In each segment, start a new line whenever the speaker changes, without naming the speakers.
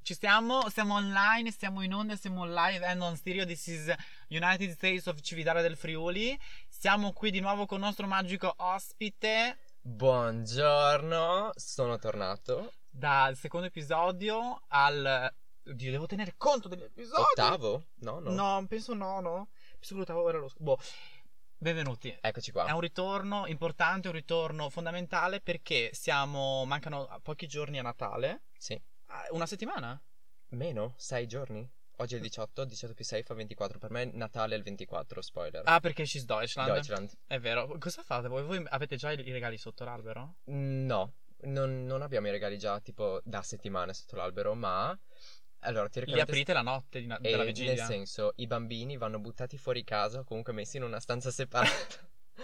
Siamo online, siamo in onda, siamo live and on stereo. This is United States of Cividale del Friuli. Siamo qui di nuovo con il nostro magico ospite.
Buongiorno, sono tornato.
Dal secondo episodio al... Oddio, devo tenere conto degli episodi.
Ottavo? No.
No, penso nono. Penso che l'ottavo era lo... Boh. Benvenuti.
Eccoci qua.
È un ritorno importante, un ritorno fondamentale perché mancano pochi giorni a Natale.
Sì.
Una settimana?
Meno? 6 giorni? Oggi è il 18 più 6 fa 24. Per me Natale è il 24, spoiler.
Ah, perché she's Deutschland.
Deutschland.
È vero. Cosa fate voi? Voi avete già i regali sotto l'albero?
No, non abbiamo i regali già tipo da settimane sotto l'albero, ma... Allora,
Li aprite la notte della vigilia?
Nel senso, i bambini vanno buttati fuori casa, comunque messi in una stanza separata.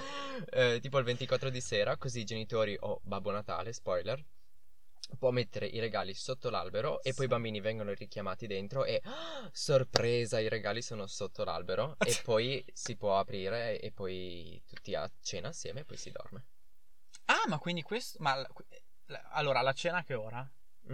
Tipo il 24 di sera, così i genitori o Babbo Natale, spoiler, può mettere i regali sotto l'albero e poi i bambini vengono richiamati dentro e sorpresa, i regali sono sotto l'albero e poi si può aprire e poi tutti a cena assieme e poi si dorme.
Ah, ma quindi questo... allora, la cena a che ora?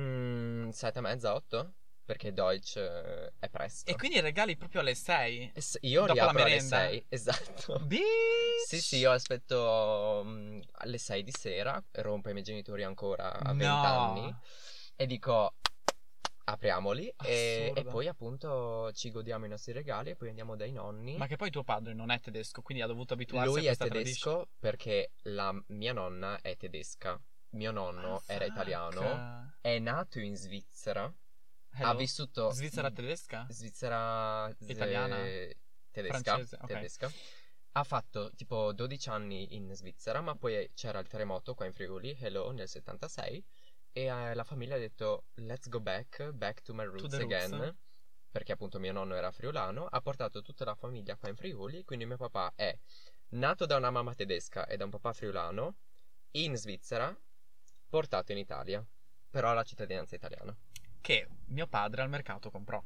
7:30, 8? Perché Deutsch è presto.
E quindi i regali proprio alle 6?
Io
dopo
li
la
apro alle
merenda?
6, esatto.
Bitch!
Sì, io aspetto alle 6 di sera, rompo i miei genitori ancora a 20 anni e dico apriamoli e poi appunto ci godiamo i nostri regali e poi andiamo dai nonni.
Ma che poi tuo padre non è tedesco, quindi ha dovuto abituarsi
Lui
a questa
è tedesco
tradition.
perché la mia nonna è tedesca, mio nonno era italiano, è nato in Svizzera.
Hello?
Ha vissuto
Svizzera tedesca?
Svizzera
Italiana?
Tedesca,
Francese, ok.
tedesca. Ha fatto tipo 12 anni in Svizzera, ma poi c'era il terremoto qua in Friuli, hello, nel 76 e la famiglia ha detto let's go back to my roots again, perché appunto mio nonno era friulano, ha portato tutta la famiglia qua in Friuli, quindi mio papà è nato da una mamma tedesca e da un papà friulano in Svizzera, portato in Italia, però ha la cittadinanza italiana.
Che mio padre al mercato comprò.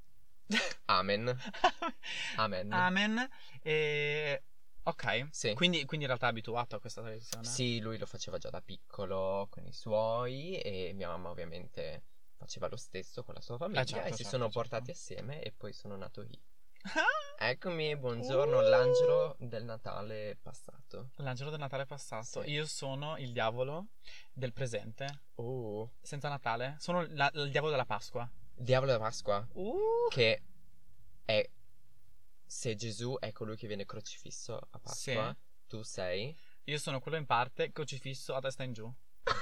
Amen.
Amen. Ok.
Sì.
Quindi in realtà è abituato a questa tradizione.
Sì, lui lo faceva già da piccolo con i suoi e mia mamma ovviamente faceva lo stesso con la sua famiglia e si sono portati assieme e poi sono nato io. Eccomi, buongiorno, l'angelo del Natale passato.
L'angelo del Natale passato.
Sì.
Io sono il diavolo del presente. Senza Natale. Sono il diavolo della Pasqua.
Diavolo della Pasqua. Che è... Se Gesù è colui che viene crocifisso a Pasqua, sì. Tu sei...
Io sono quello in parte crocifisso a testa in giù.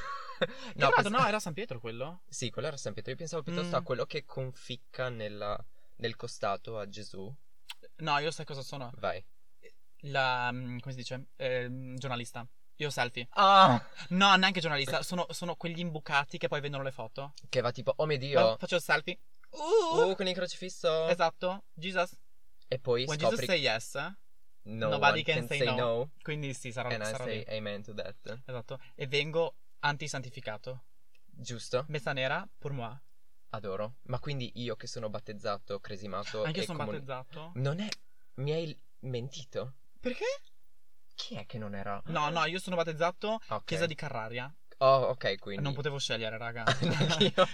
No,
era San Pietro quello?
Sì, quello era San Pietro. Io pensavo piuttosto a quello che conficca nel costato a Gesù.
No, io sai cosa sono?
Vai.
Come si dice? Giornalista. Io selfie.
Ah!
No, neanche giornalista. Sono quegli imbucati che poi vendono le foto.
Che va tipo, oh mio Dio.
Faccio il selfie.
Con il crocifisso.
Esatto. Jesus.
E poi
When
scopri...
Jesus say yes,
nobody can say no.
Quindi sì, sarà
And I say
lì.
amen to that.
Esatto. E vengo antisantificato.
Giusto.
Messa nera, pour moi.
Adoro. Ma quindi io che sono battezzato, cresimato...
Anche io sono battezzato?
Non è... Mi hai mentito?
Perché?
Chi è che non era?
No, io sono battezzato Chiesa di Carraria.
Oh, ok, quindi...
Non potevo scegliere, raga.
Neanch'io.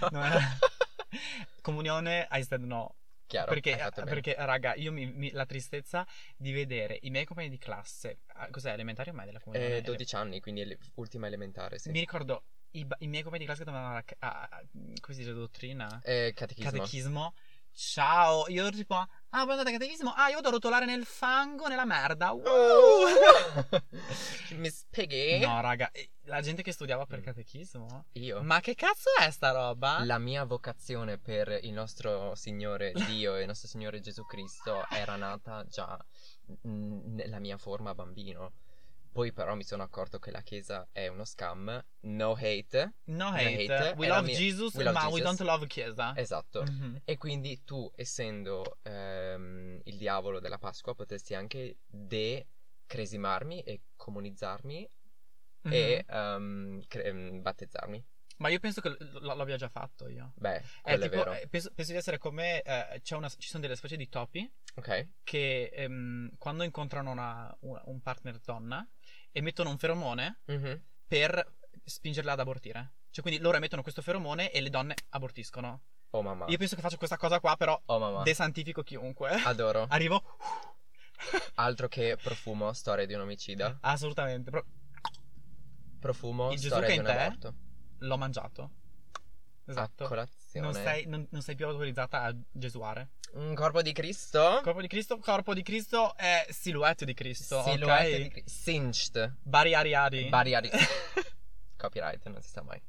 Comunione, I said no.
Chiaro,
perché raga, io la tristezza di vedere i miei compagni di classe. Cos'è, elementare o media la comunione?
12 anni, quindi ultima elementare, sì.
Mi ricordo i miei compagni di classe che dovevano come si dice, dottrina? Catechismo. Ciao, io tipo, voi andate a catechismo? Io vado a rotolare nel fango, nella merda.
Miss Piggy.
No, raga, la gente che studiava per catechismo.
Io?
Ma che cazzo è sta roba?
La mia vocazione per il nostro Signore Dio e il nostro Signore Gesù Cristo era nata già nella mia forma bambino. Poi però mi sono accorto che la chiesa è uno scam. No hate.
We love Jesus, ma we don't love chiesa.
Esatto. E quindi tu, essendo il diavolo della Pasqua, potresti anche decresimarmi e comunizzarmi e battezzarmi.
Ma io penso che l'abbia già fatto io.
Beh, quello è vero.
Penso di essere come ci sono delle specie di topi.
Ok.
Che quando incontrano un partner donna emettono un feromone per spingerla ad abortire. Cioè, quindi loro emettono questo feromone e le donne abortiscono.
Oh mamma.
Io penso che faccio questa cosa qua, però
oh mamma.
desantifico chiunque.
Adoro.
Arrivo.
Altro che profumo, storia di un omicida.
Assolutamente.
Profumo,
il
storia di un
Gesù che in
aborto.
L'ho mangiato. Esatto.
A colazione.
Non sei più autorizzata a gesuare.
Un corpo di Cristo.
Corpo di Cristo è silhouette di Cristo.
Silhouette
okay?
di Cristo. Singed.
Bariariari.
Copyright, non si sa mai.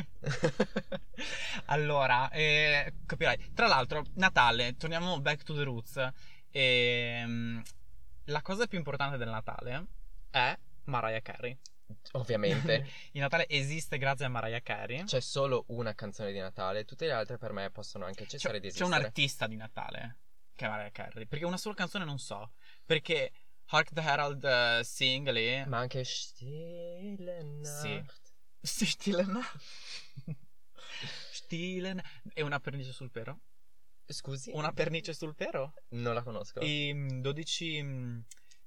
Allora, copyright. Tra l'altro, Natale, torniamo back to the roots. La cosa più importante del Natale è Mariah Carey.
Ovviamente.
Il Natale esiste grazie a Mariah Carey.
C'è solo una canzone di Natale, tutte le altre per me possono anche cessare di esistere.
C'è un artista di Natale che è Mariah Carey, perché una sola canzone non so, perché Hark the Herald Sing lì.
Ma anche Stille Nacht.
Sì, Stille Nacht. Stille Nacht. E Una pernice sul pero?
Scusi?
Una pernice sul pero?
Non la conosco.
I 12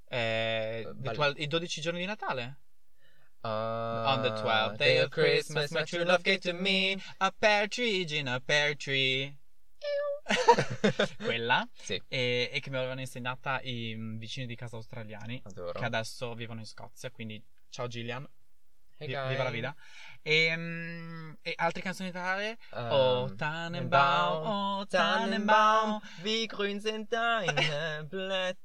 giorni di Natale. On the 12th day of Christmas, my true love gave to me a partridge in a pear tree. Quella.
Sì.
E che mi avevano insegnata i vicini di casa australiani.
Adoro.
Che adesso vivono in Scozia. Quindi ciao Gillian.
Hey
viva la vita. E altre canzoni di Natale? Oh Tannenbaum, oh Tannenbaum,
wie grün sind deine Blätter.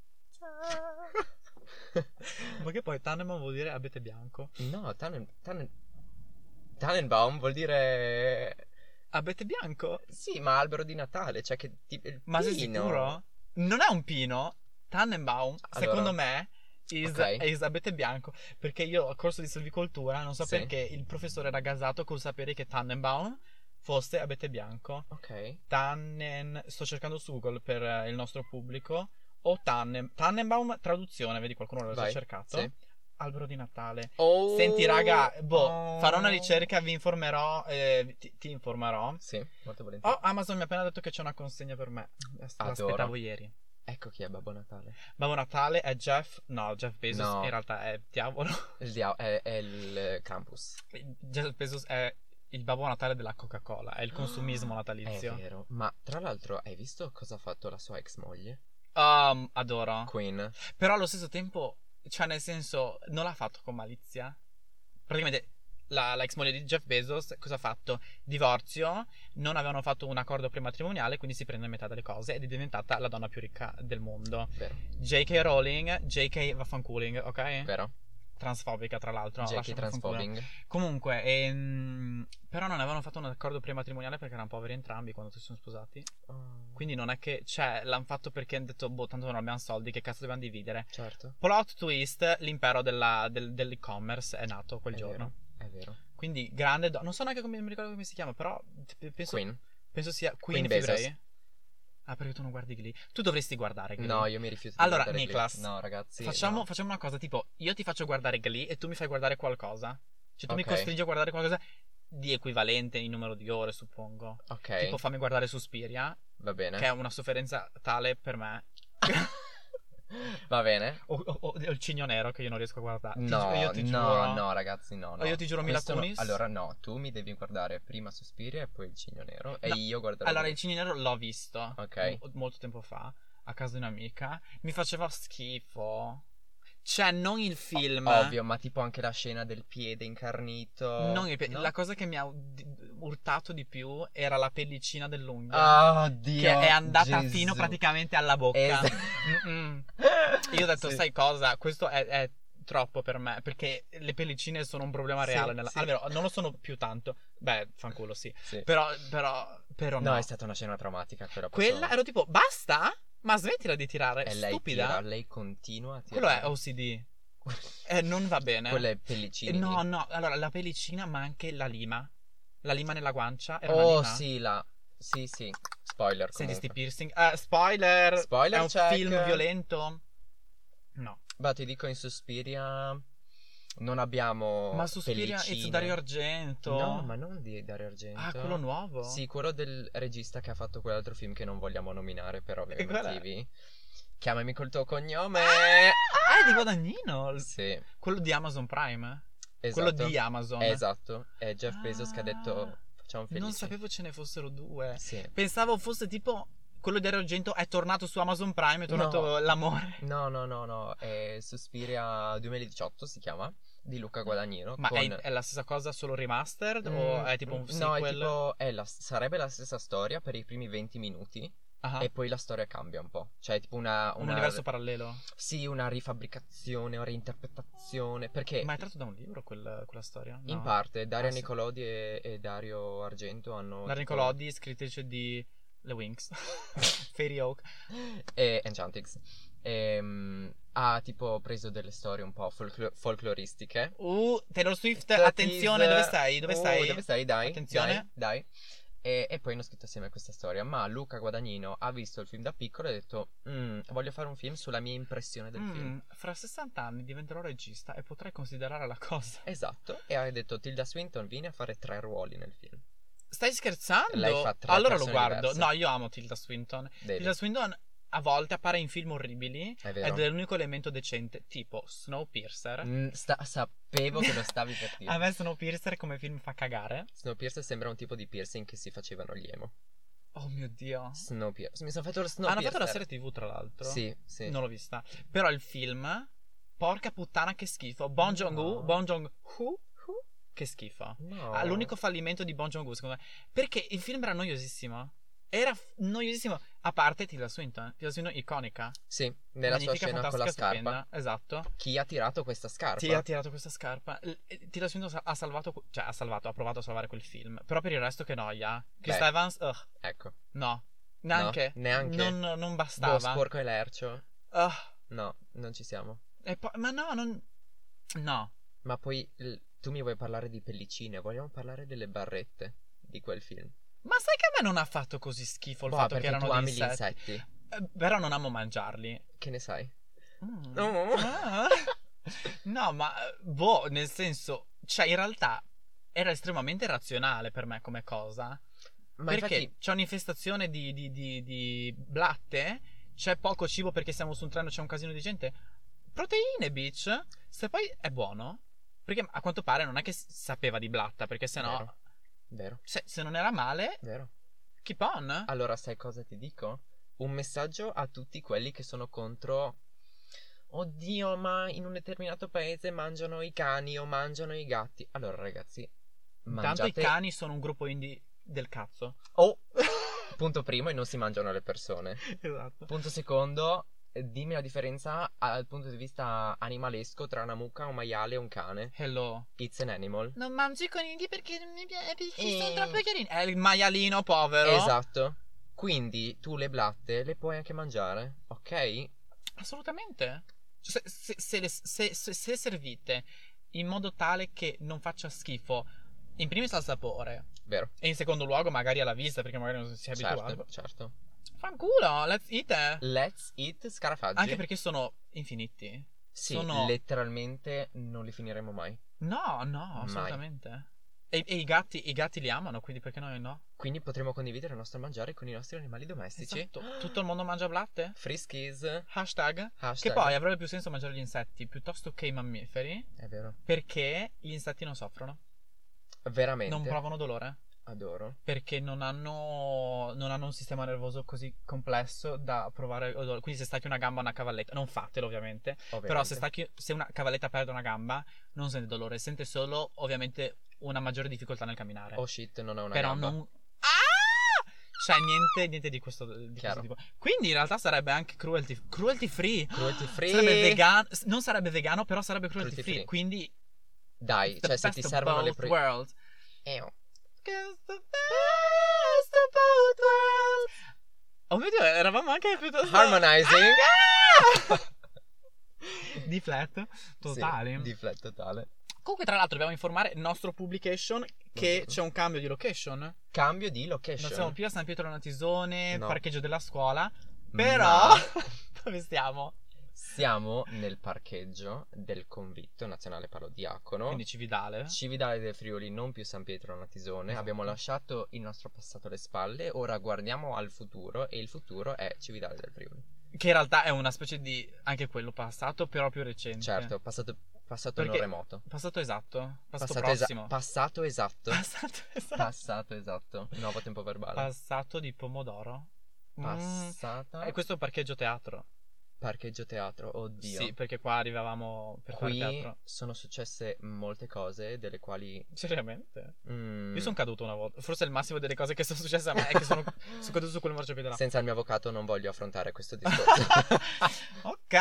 Ma che poi Tannenbaum vuol dire abete bianco?
No, Tannenbaum vuol dire
abete bianco?
Sì, ma albero di Natale, cioè che
ma sei sicuro? Non è un pino. Tannenbaum,
allora,
secondo me is abete bianco, perché io a corso di silvicoltura non so perché il professore era gasato col sapere che Tannenbaum fosse abete bianco.
Ok.
Sto cercando su Google per il nostro pubblico. O Tannenbaum traduzione, vedi qualcuno l'ha già cercato?
Sì.
Albero di Natale.
Oh,
senti raga, farò una ricerca, vi informerò, ti informerò.
Sì, molto volentieri.
Amazon mi ha appena detto che c'è una consegna per me. L'aspettavo ieri.
Ecco chi è Babbo Natale.
Babbo Natale è Jeff Bezos,
no.
In realtà è diavolo.
È il Krampus.
Jeff Bezos è il Babbo Natale della Coca-Cola, è il consumismo natalizio.
È vero, ma tra l'altro hai visto cosa ha fatto la sua ex moglie?
Adoro
Queen.
Però allo stesso tempo, cioè nel senso, non l'ha fatto con malizia. Praticamente la ex moglie di Jeff Bezos cosa ha fatto? Divorzio, non avevano fatto un accordo prematrimoniale, quindi si prende metà delle cose ed è diventata la donna più ricca del mondo.
Vero.
J.K. Rowling, J.K. vaffanculing, ok?
Vero.
Transfobica tra l'altro.
J.K. transphobing.
Comunque però non avevano fatto un accordo prematrimoniale perché erano poveri entrambi quando si sono sposati. Quindi non è che l'hanno fatto perché hanno detto tanto non abbiamo soldi, che cazzo dobbiamo dividere.
Certo.
Plot twist, l'impero dell'e-commerce è nato quel giorno.
È vero.
Quindi grande non so neanche mi ricordo come si chiama, però penso sia Queen Bezos. Perché tu non guardi Glee? Tu dovresti guardare Glee.
No, io mi rifiuto di
guardare
Glee.
Nicholas,
no ragazzi,
facciamo una cosa, tipo io ti faccio guardare Glee e tu mi fai guardare qualcosa. Cioè tu mi costringi a guardare qualcosa di equivalente in numero di ore, suppongo.
Ok.
Tipo fammi guardare Suspiria.
Va bene.
Che è una sofferenza tale per me.
Va bene.
O il Cigno Nero che io non riesco a guardare.
Io ti giuro. No ragazzi, no.
Io ti giuro Mila Kunis.
Allora no, tu mi devi guardare prima Suspiria e poi il Cigno Nero. E io guarderò.
Allora il Cigno Nero l'ho visto.
Ok.
Molto tempo fa, a casa di un'amica. Mi faceva schifo. Cioè, non il film.
Ovvio, ma tipo anche la scena del piede incarnito.
Non il piede. No? La cosa che mi ha urtato di più era la pellicina dell'unghia.
Oh Dio.
Che è andata fino praticamente alla bocca. Io ho detto, sai cosa? Questo è troppo per me. Perché le pellicine sono un problema reale. Almeno non lo sono più tanto. Beh, fanculo, sì. Però no.
No, è stata una scena traumatica.
Quella ero tipo, basta? Ma smettila di tirare, è stupida.
Lei continua a tirare.
Quello è OCD. Non va bene.
Quella è pellicina.
No, allora la pellicina, ma anche la lima. La lima nella guancia era una lima.
Sì. Spoiler.
Senti sti piercing. Spoiler. È un film violento. No.
Beh, ti dico, in Suspiria non abbiamo.
Ma Suspiria è Dario Argento.
No, ma non di Dario Argento.
Quello nuovo?
Sì, quello del regista che ha fatto quell'altro film che non vogliamo nominare per ovvi motivi. Chiamami col tuo cognome.
È di Guadagnino.
Sì.
Quello di Amazon Prime.
Esatto.
Quello di Amazon.
Esatto. È Jeff Bezos che ha detto C'è un Felici.
Non sapevo ce ne fossero 2.
Sì.
Pensavo fosse tipo quello di Dario Argento è tornato su Amazon Prime, è tornato l'amore.
No. È Suspiria 2018 si chiama, di Luca Guadagnino.
Ma è la stessa cosa solo remastered o è tipo un
No,
sequel?
è tipo sarebbe la stessa storia per i primi 20 minuti. E poi la storia cambia un po'. Cioè tipo
un universo parallelo.
Sì, una rifabbricazione o reinterpretazione. Perché
ma è tratto da un libro quella storia? No.
In parte Daria Nicolodi e Dario Argento hanno
Daria Nicolodi, scrittrice di The Winx, Fairy Oak
e Enchantix. Ha tipo preso delle storie un po' folcloristiche.
Taylor Swift, attenzione, dove stai?
Dove stai? Dai.
Attenzione.
Dai. E poi hanno scritto assieme questa storia. Ma Luca Guadagnino ha visto il film da piccolo e ha detto voglio fare un film sulla mia impressione del film.
Fra 60 anni diventerò regista e potrei considerare la cosa.
Esatto. E ha detto Tilda Swinton vieni a fare 3 ruoli nel film.
Stai scherzando?
Lei fa 3
allora lo guardo
diverse.
No, io amo Tilda Swinton. Tilda Swinton a volte appare in film orribili ed è l'unico elemento decente, tipo Snowpiercer.
Sapevo che lo stavi per dire.
A me Snowpiercer come film fa cagare.
Snowpiercer sembra un tipo di piercing che si facevano gli emo.
Oh mio Dio.
Snowpiercer. Mi sono fatto lo Snowpiercer.
Hanno fatto la serie TV tra l'altro.
Sì.
Non l'ho vista. Però il film, porca puttana che schifo. Bong Joon-ho, che schifo.
No.
L'unico fallimento di Bong Joon-ho secondo me, perché il film era noiosissimo. Era noiosissimo. A parte Tilda Swinton iconica.
Sì, nella
magnifica,
sua scena con la scarpa.
Stupenda. Esatto.
Chi ha tirato questa scarpa?
Tilda Swinton ha provato a salvare quel film. Però per il resto che noia. Chris Evans,
ecco.
No. Neanche. Non bastava.
Sporco e lercio. No, non ci siamo.
Ma no, non. No.
Ma poi tu mi vuoi parlare di pellicine, vogliamo parlare delle barrette di quel film.
Ma sai che a me non ha fatto così schifo il fatto che erano
tu ami
gli insetti? Però non amo mangiarli.
Che ne sai?
No, ma nel senso, cioè in realtà era estremamente razionale per me come cosa. Ma perché infatti c'è un'infestazione di blatte, c'è poco cibo perché siamo su un treno, c'è un casino di gente. Proteine, bitch. Se poi è buono, perché a quanto pare non è che sapeva di blatta, perché sennò
Vero.
Se non era male,
vero.
Keep on.
Allora, sai cosa ti dico? Un messaggio a tutti quelli che sono contro. Oddio, ma in un determinato paese mangiano i cani o mangiano i gatti. Allora, ragazzi,
Intanto i cani sono un gruppo indie del cazzo.
Punto primo, e non si mangiano le persone.
Esatto.
Punto secondo, dimmi la differenza dal punto di vista animalesco tra una mucca, un maiale e un cane.
Hello.
It's an animal.
Non mangi i conigli perché non mi piace, perché sono troppo carini. È il maialino povero.
Esatto. Quindi tu le blatte le puoi anche mangiare, ok?
Assolutamente. Se servite in modo tale che non faccia schifo, in primis al sapore.
Vero.
E in secondo luogo magari alla vista, perché magari non si è abituato.
Certo.
Fanculo, let's eat.
Let's eat scarafaggi.
Anche perché sono infiniti.
Sì, letteralmente non li finiremo mai.
No, assolutamente. E i gatti li amano, quindi perché noi no?
Quindi potremo condividere il nostro mangiare con i nostri animali domestici.
Esatto. Tutto il mondo mangia blatte?
Friskies.
Hashtag. Che poi avrebbe più senso mangiare gli insetti piuttosto che i mammiferi.
È vero.
Perché gli insetti non soffrono.
Veramente.
Non provano dolore.
Adoro.
Perché non hanno un sistema nervoso così complesso da provare odore. Quindi se stacchi una gamba a una cavalletta, non fatelo ovviamente. Però se una cavalletta perde una gamba, non sente dolore, sente solo ovviamente una maggiore difficoltà nel camminare.
Oh shit, non ha una
però
gamba.
Non. Cioè niente di questo tipo. Quindi in realtà sarebbe anche cruelty free.
Cruelty free.
Sarebbe vegano. Non sarebbe vegano, però sarebbe cruelty free. Quindi
dai, cioè se ti servono le
worlds.
Cause
the best of both worlds. Oh mio Dio, eravamo anche piuttosto
harmonizing.
Di flat totale.
Sì, di flat totale.
Comunque tra l'altro dobbiamo informare il nostro publication che c'è un cambio di location.
Cambio di location.
Non siamo più a San Pietro Natisone, parcheggio della scuola.
Però
dove stiamo?
Siamo nel parcheggio del Convitto Nazionale Parodiacono.
Quindi Cividale
del Friuli, non più San Pietro Natisone. Esatto. Abbiamo lasciato il nostro passato alle spalle. Ora guardiamo al futuro. E il futuro è Cividale del Friuli.
Che in realtà è una specie di anche quello passato, però più recente.
Certo, passato Passato non remoto.
Passato esatto. Passato prossimo.
Passato esatto.
Passato esatto.
Passato esatto. Nuovo tempo verbale.
Passato di pomodoro.
Passata.
E questo è un parcheggio teatro.
Parcheggio teatro, oddio.
Sì, perché qua arrivavamo per fare teatro.
Qui sono successe molte cose delle quali...
Seriamente? Io sono caduto una volta. Forse il massimo delle cose che sono successe a me è che sono caduto su quel marciapiede là.
Senza il mio avvocato non voglio affrontare questo discorso.
Ok,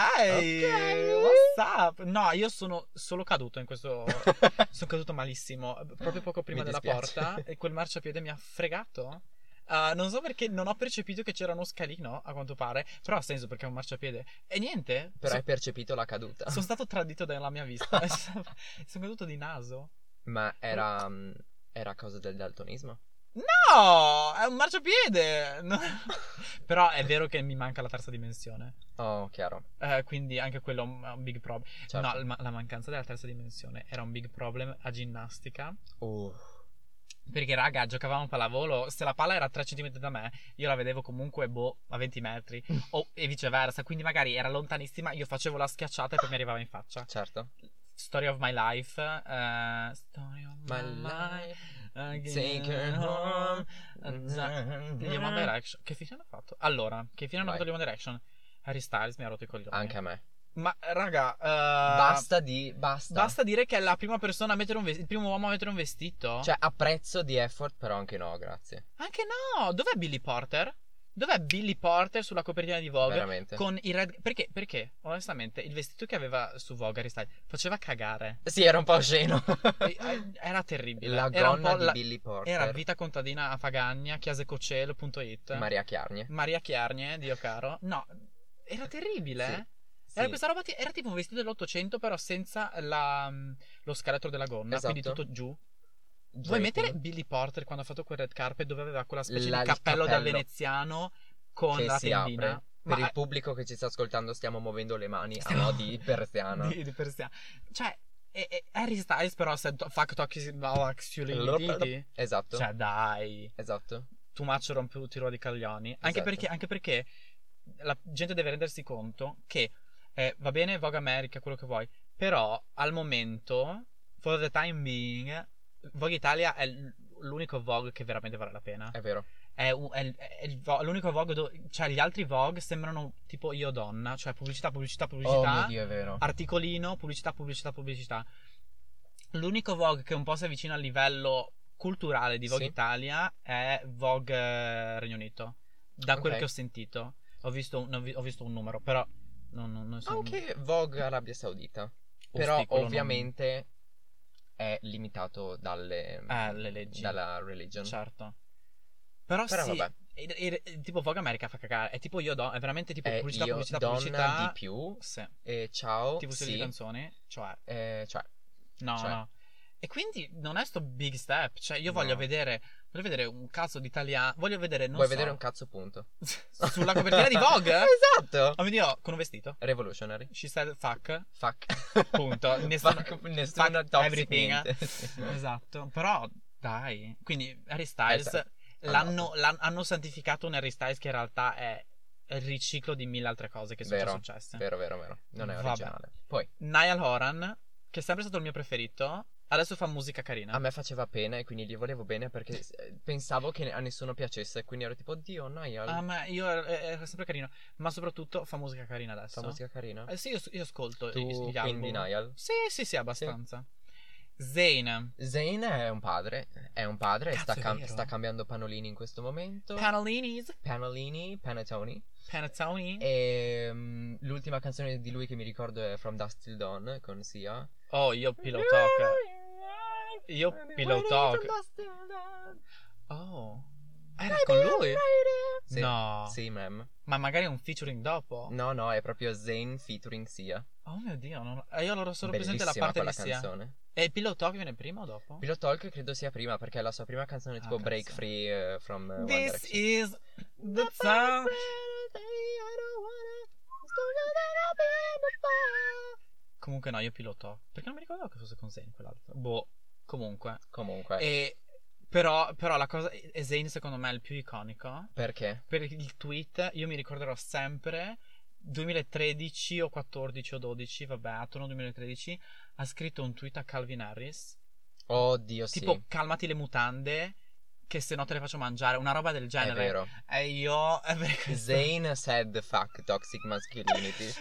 what's up? No, io sono solo caduto in questo... sono caduto malissimo. Proprio poco prima della porta. E quel marciapiede mi ha fregato. Non so perché non ho percepito che c'era uno scalino, a quanto pare. Però ha senso perché è un marciapiede. E niente.
Però hai percepito la caduta.
Sono stato tradito dalla mia vista. Sono caduto di naso.
Ma era cosa del daltonismo?
No, è un marciapiede. No. Però è vero che mi manca la terza dimensione.
Oh, chiaro.
Quindi anche quello è un big problem.
Certo.
No, la mancanza della terza dimensione era un big problem a ginnastica. Perché raga, giocavamo a pallavolo, se la palla era a 3 cm da me, io la vedevo comunque a 20 metri e viceversa, quindi magari era lontanissima, io facevo la schiacciata e poi mi arrivava in faccia.
Certo.
Story of my life. Story of my life.
Take her home.
Gli One Direction. Che fine hanno fatto? Allora, che fine hanno fatto gli One Direction? Harry Styles mi ha rotto i coglioni.
Anche a me.
Ma raga,
basta.
Basta dire che è la prima persona a mettere il primo uomo a mettere un vestito.
Cioè, apprezzo di effort, però anche no, grazie.
Anche no. Dov'è Billy Porter? Dov'è Billy Porter sulla copertina di Vogue?
Veramente?
Con i red... Perché, onestamente, il vestito che aveva su Vogue Harry Styles faceva cagare.
Sì, era un po' osceno.
Era terribile.
La
era
gonna di Billy Porter.
Era Vita contadina a Fagagna, chiasecocelo.it.
Maria Chiarnie,
Dio caro. No, era terribile.
Sì.
Era questa roba, era tipo un vestito dell'Ottocento, però senza lo scheletro della gonna,
esatto.
quindi tutto giù. Vuoi mettere Billy Porter quando ha fatto quel red carpet dove aveva quella specie di cappello da veneziano con
che
la
si
tendina?
Apre. Per il pubblico che ci sta ascoltando stiamo muovendo le mani a mo' di persiana.
di persiana. Cioè, Harry Styles però fuck talking
esatto.
Cioè, dai.
Esatto.
Too much rompe tutti i radicaglioni.
Esatto.
Anche perché la gente deve rendersi conto che va bene Vogue America, quello che vuoi, però al momento, for the time being, Vogue Italia è l'unico Vogue che veramente vale la pena.
È vero.
È l'unico Vogue dove... Cioè gli altri Vogue sembrano tipo Io Donna. Cioè pubblicità.
Oh mio Dio, è vero.
Articolino, pubblicità. L'unico Vogue che un po' si avvicina al livello culturale di Vogue Italia è Vogue Regno Unito. Da quel che ho sentito. Ho visto un numero, però non so.
Anche Vogue Arabia Saudita. Però ovviamente è limitato dalle
leggi.
Dalla religion.
Certo. Però sì,
vabbè.
Tipo Vogue America fa cagare. È tipo Io Donna. È veramente tipo pubblicità.
Donna di più.
Sì.
E ciao.
Tipo serie di canzoni. Cioè. No. E quindi non è sto big step. Cioè io voglio vedere un cazzo di italiano. Voglio vedere
Vuoi vedere un cazzo punto
sulla copertina di Vogue?
Esatto.
Oh mio Dio, con un vestito
Revolutionary.
She said fuck.
Punto. Nessuno toxic niente.
Esatto. Però dai. Quindi Harry Styles hanno santificato un Harry Styles che in realtà è il riciclo di 1000 altre cose che sono già successe.
Vero. Non è originale. Poi
Niall Horan, che è sempre stato il mio preferito, adesso fa musica carina.
A me faceva pena e quindi gli volevo bene perché pensavo che a nessuno piacesse. Quindi ero tipo, oddio, Niall.
Ma io era sempre carino. Ma soprattutto fa musica carina adesso.
Fa musica carina?
Sì, io ascolto
gli album. Quindi Niall?
Sì, abbastanza. Zayn
è un padre. Cazzo, sta cambiando panolini in questo momento. Panettone. E l'ultima canzone di lui che mi ricordo è From Dusk Till Dawn con Sia.
Oh, io Pillow Talk. Oh, era con lui?
Sì.
No.
Sì, ma'am.
Ma magari un featuring dopo?
No, è proprio Zayn featuring Sia.
Oh mio Dio, io allora solo presente la parte di Sia.
Canzone.
E Pillow Talk viene prima o dopo?
Pillow Talk credo sia prima perché è la sua prima canzone tipo Break Free from One Direction.
This is the time. Comunque no, io Pillow Talk. Perché non mi ricordavo che fosse con Zayn quell'altro. Comunque. Però la cosa Zayn secondo me è il più iconico.
Perché?
Per il tweet io mi ricorderò sempre 2013 o 14 o 12, vabbè, attorno al 2013, ha scritto un tweet a Calvin Harris.
Oddio, sì.
Tipo, calmati le mutande, che se no te le faccio mangiare, una roba del genere.
È vero.
E io...
Zayn said fuck toxic masculinity.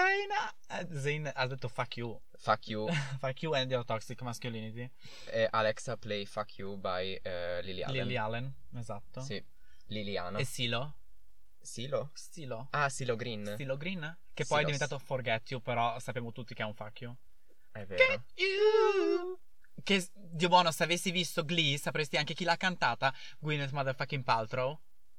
Zayn ha detto fuck you.
Fuck you.
Fuck you and your toxic masculinity.
Alexa play Fuck You by Lily Allen.
Lily Allen, esatto.
Sì, Liliana.
E Silo?
Silo?
Stilo.
Ah, Silo Green.
Stilo Green? Che
Silos.
poi è diventato Forget You, però sappiamo tutti che è un fuck you.
È vero.
Get you! Che, Dio buono, se avessi visto Glee sapresti anche chi l'ha cantata. Gwyneth Motherfucking Paltrow.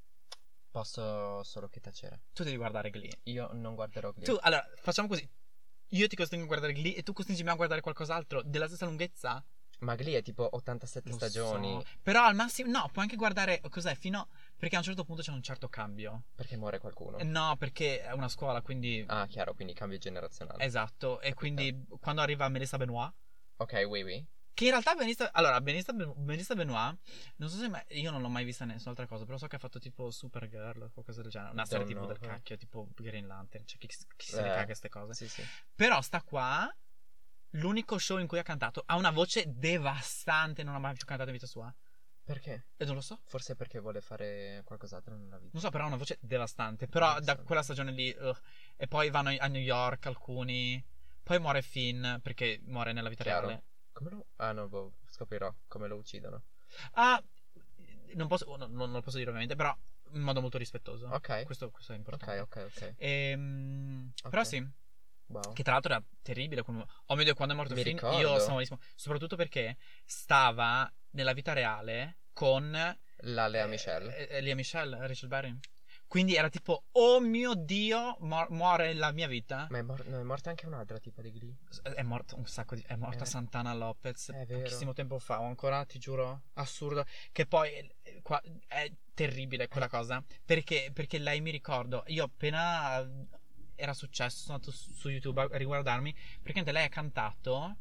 Posso solo che tacere.
Tu devi guardare Glee.
Io non guarderò Glee.
Tu, allora, facciamo così. Io ti costringo a guardare Glee e tu costringi me a guardare qualcos'altro della stessa lunghezza.
Ma Glee è tipo 87
Lo
stagioni.
so. Però al massimo, no, puoi anche guardare, cos'è, fino... Perché a un certo punto c'è un certo cambio.
Perché muore qualcuno.
No, perché è una scuola, quindi...
Ah, chiaro, quindi cambio generazionale.
Esatto, e quindi quando arriva Melissa Benoist...
Ok, oui.
Che in realtà Melissa Benoist, non so se io non l'ho mai vista nessun'altra cosa, però so che ha fatto tipo Supergirl o qualcosa del genere, una serie TV del cacchio, tipo Green Lantern, cioè chi se ne caga queste cose.
Sì.
Però sta qua, l'unico show in cui ha cantato, ha una voce devastante, non ha mai più cantato in vita sua.
Perché?
E non lo so.
Forse perché vuole fare qualcos'altro nella vita.
Non so, però ha una voce devastante. Però da quella stagione lì, e poi vanno a New York alcuni, poi muore Finn perché muore nella vita reale.
Come lo... Ah no, scoprirò come lo uccidono.
Ah, non lo posso dire ovviamente, però in modo molto rispettoso.
Ok.
Questo è importante.
Ok.
Però sì.
Wow.
Che tra l'altro era terribile. Oh mio Dio, quando è morto Finn,
ricordo.
io stavo malissimo. Soprattutto perché stava nella vita reale con
la Lea Michele.
Lea Michele, Rachel Berry. Quindi era tipo, oh mio Dio, muore la mia vita.
Ma è morta anche un'altra tipa di Glee.
È morta un sacco di... È morta Santana Lopez pochissimo tempo fa. O ancora, ti giuro, assurdo. Che poi è terribile quella cosa. Perché lei, mi ricordo, io appena era successo, sono andato su YouTube a riguardarmi, perché lei ha cantato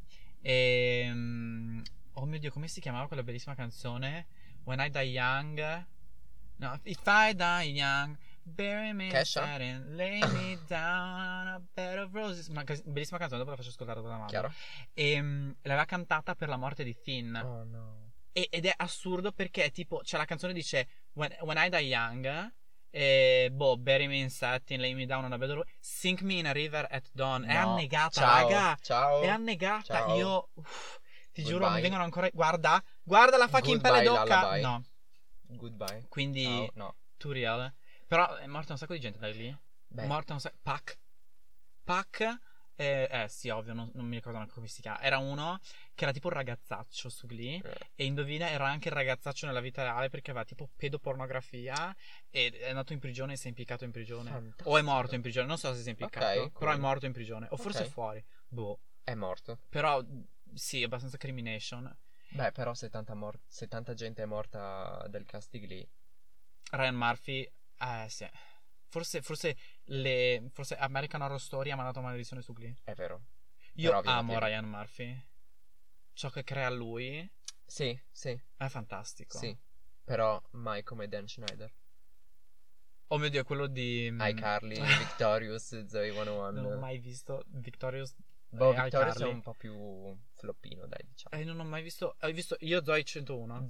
oh mio Dio, come si chiamava quella bellissima canzone? When I Die Young. No, If I Die Young, bury me inside and lay me down a bed of roses. Una bellissima canzone, dopo la faccio ascoltare da mamma.
Chiaro.
E l'aveva cantata per la morte di Finn.
Oh no.
Ed è assurdo perché tipo, c'è la canzone dice When I Die Young, bury me in satin, lay me down on a bed of roses, sink me in a river at dawn. No. È annegata, raga.
Ciao.
È annegata.
Ciao.
Io ti giuro, mi vengono ancora... Guarda la fucking pelle d'oca.
Lullaby.
No.
Goodbye.
Quindi
no.
Too real. Però è morta un sacco di gente da lì.
Beh.
Morta un sacco. Pac. Sì, ovvio, non mi ricordo neanche come si chiama. Era uno che era tipo un ragazzaccio su Glee. E indovina, era anche il ragazzaccio nella vita reale perché aveva tipo pedopornografia. E è andato in prigione e si è impiccato in prigione.
Fantastico.
O è morto in prigione. Non so se si è impiccato.
Okay,
però è morto in prigione. O forse fuori. Boh.
È morto.
Però sì, abbastanza crimination.
Beh, però se tanta gente è morta del cast di Glee.
Ryan Murphy, sì. Forse American Horror Story ha mandato una maledizione su Glee.
È vero.
Io amo Ryan Murphy. Ciò che crea lui.
Sì.
È fantastico.
Sì. Però mai come Dan Schneider.
Oh mio Dio, è quello di
iCarly, Victorious, Zoe 101.
Non ho mai visto Victorious.
Victorious è un po' più floppino, dai, diciamo.
Non ho mai visto. Hai visto io Zoe 101?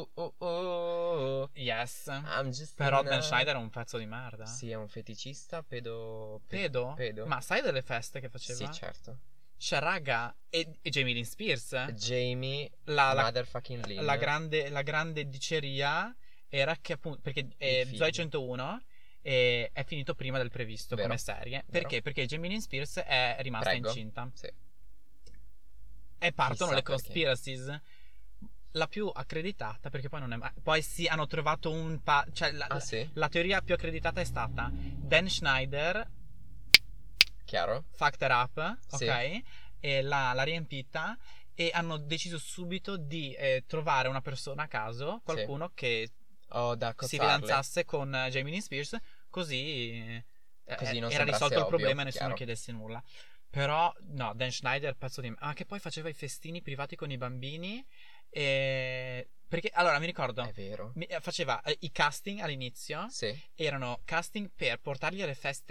Yes. Però Dan Schneider è un pezzo di merda.
Sì, è un feticista pedo.
Ma sai delle feste che faceva?
Sì, certo.
C'è raga e Jamie Lynn Spears.
Motherfucking Lynn.
La grande diceria era che appunto perché Zoe 101 è finito prima del previsto. Vero. Come serie. Perché? Perché Jamie Lynn Spears è rimasta incinta.
Sì.
E partono le conspiracies. La più accreditata, perché poi non è mai. Poi sì, hanno trovato cioè la teoria più accreditata è stata Dan Schneider.
Chiaro.
Fucked her up,
sì.
Ok? E l'ha riempita. E hanno deciso subito di trovare una persona a caso, qualcuno che si fidanzasse con Jamie Lynn Spears, così
non
era risolto il problema e nessuno
chiaro.
chiedesse nulla. Però no, Dan Schneider, pezzo di... che poi faceva i festini privati con i bambini. Perché allora mi ricordo,
è vero,
faceva i casting all'inizio.
Sì.
Erano casting per portarli alle feste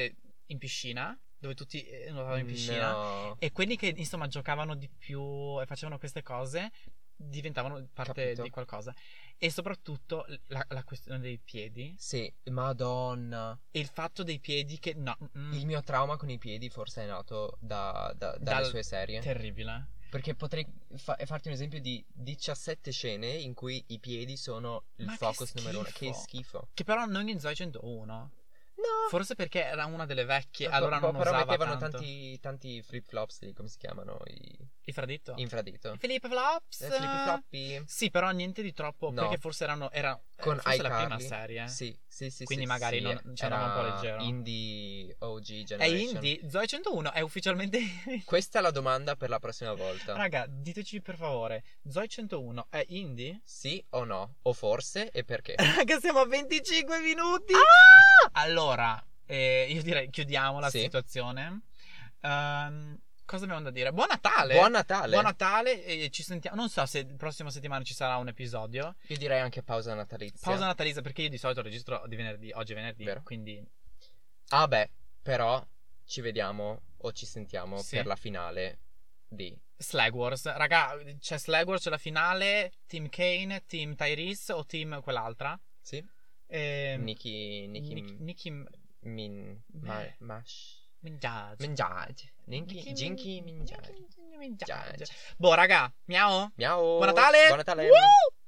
in piscina, dove tutti nuotavano in piscina.
No.
E quelli che insomma giocavano di più e facevano queste cose diventavano parte
Capito.
di qualcosa. E soprattutto la questione dei piedi
Sì, madonna.
e il fatto dei piedi che no,
Il mio trauma con i piedi forse è nato dalle
Dal-
sue serie.
terribile.
Perché potrei farti un esempio di 17 scene in cui i piedi sono il
Ma che
focus numero uno.
schifo.
Che schifo.
Che però non in Zoe 101.
No.
Forse perché era una delle vecchie, allora non
Però
usava
mettevano
tanto.
tanti flip flops lì, come si chiamano?
Il fraditto?
Infradito.
Filippo Flops.
Flippy floppy.
Sì, però niente di troppo,
No.
perché forse era
Con
forse la prima
iCarly.
serie.
Sì.
Quindi
sì,
magari
sì,
non c'era un po' leggero.
Indie OG
È
Generation.
indie? Zoe 101 è ufficialmente...
Questa è la domanda per la prossima volta.
Raga, diteci per favore, Zoe 101 è indie?
Sì o no? O forse e perché?
Raga, siamo a 25 minuti! Allora, io direi chiudiamo la
Sì.
situazione. Cosa abbiamo da dire? Buon Natale!
Buon Natale!
Buon Natale e ci sentiamo. Non so se la prossima settimana ci sarà un episodio.
Io direi anche pausa natalizia.
Pausa natalizia perché io di solito registro di venerdì. Oggi è venerdì,
Vero.
quindi
Ah beh, però ci vediamo o ci sentiamo
Sì.
per la finale di...
Slag Wars. Raga, c'è Slag Wars, c'è la finale. Team Kane, Team Tyrese o Team quell'altra?
Sì?
Nicki
Nicki Mash
Minaj.
Minaj Jinky Minaj.
Boh, raga, miau.
Miau.
Buon Natale.
Buon Natale.
Woo!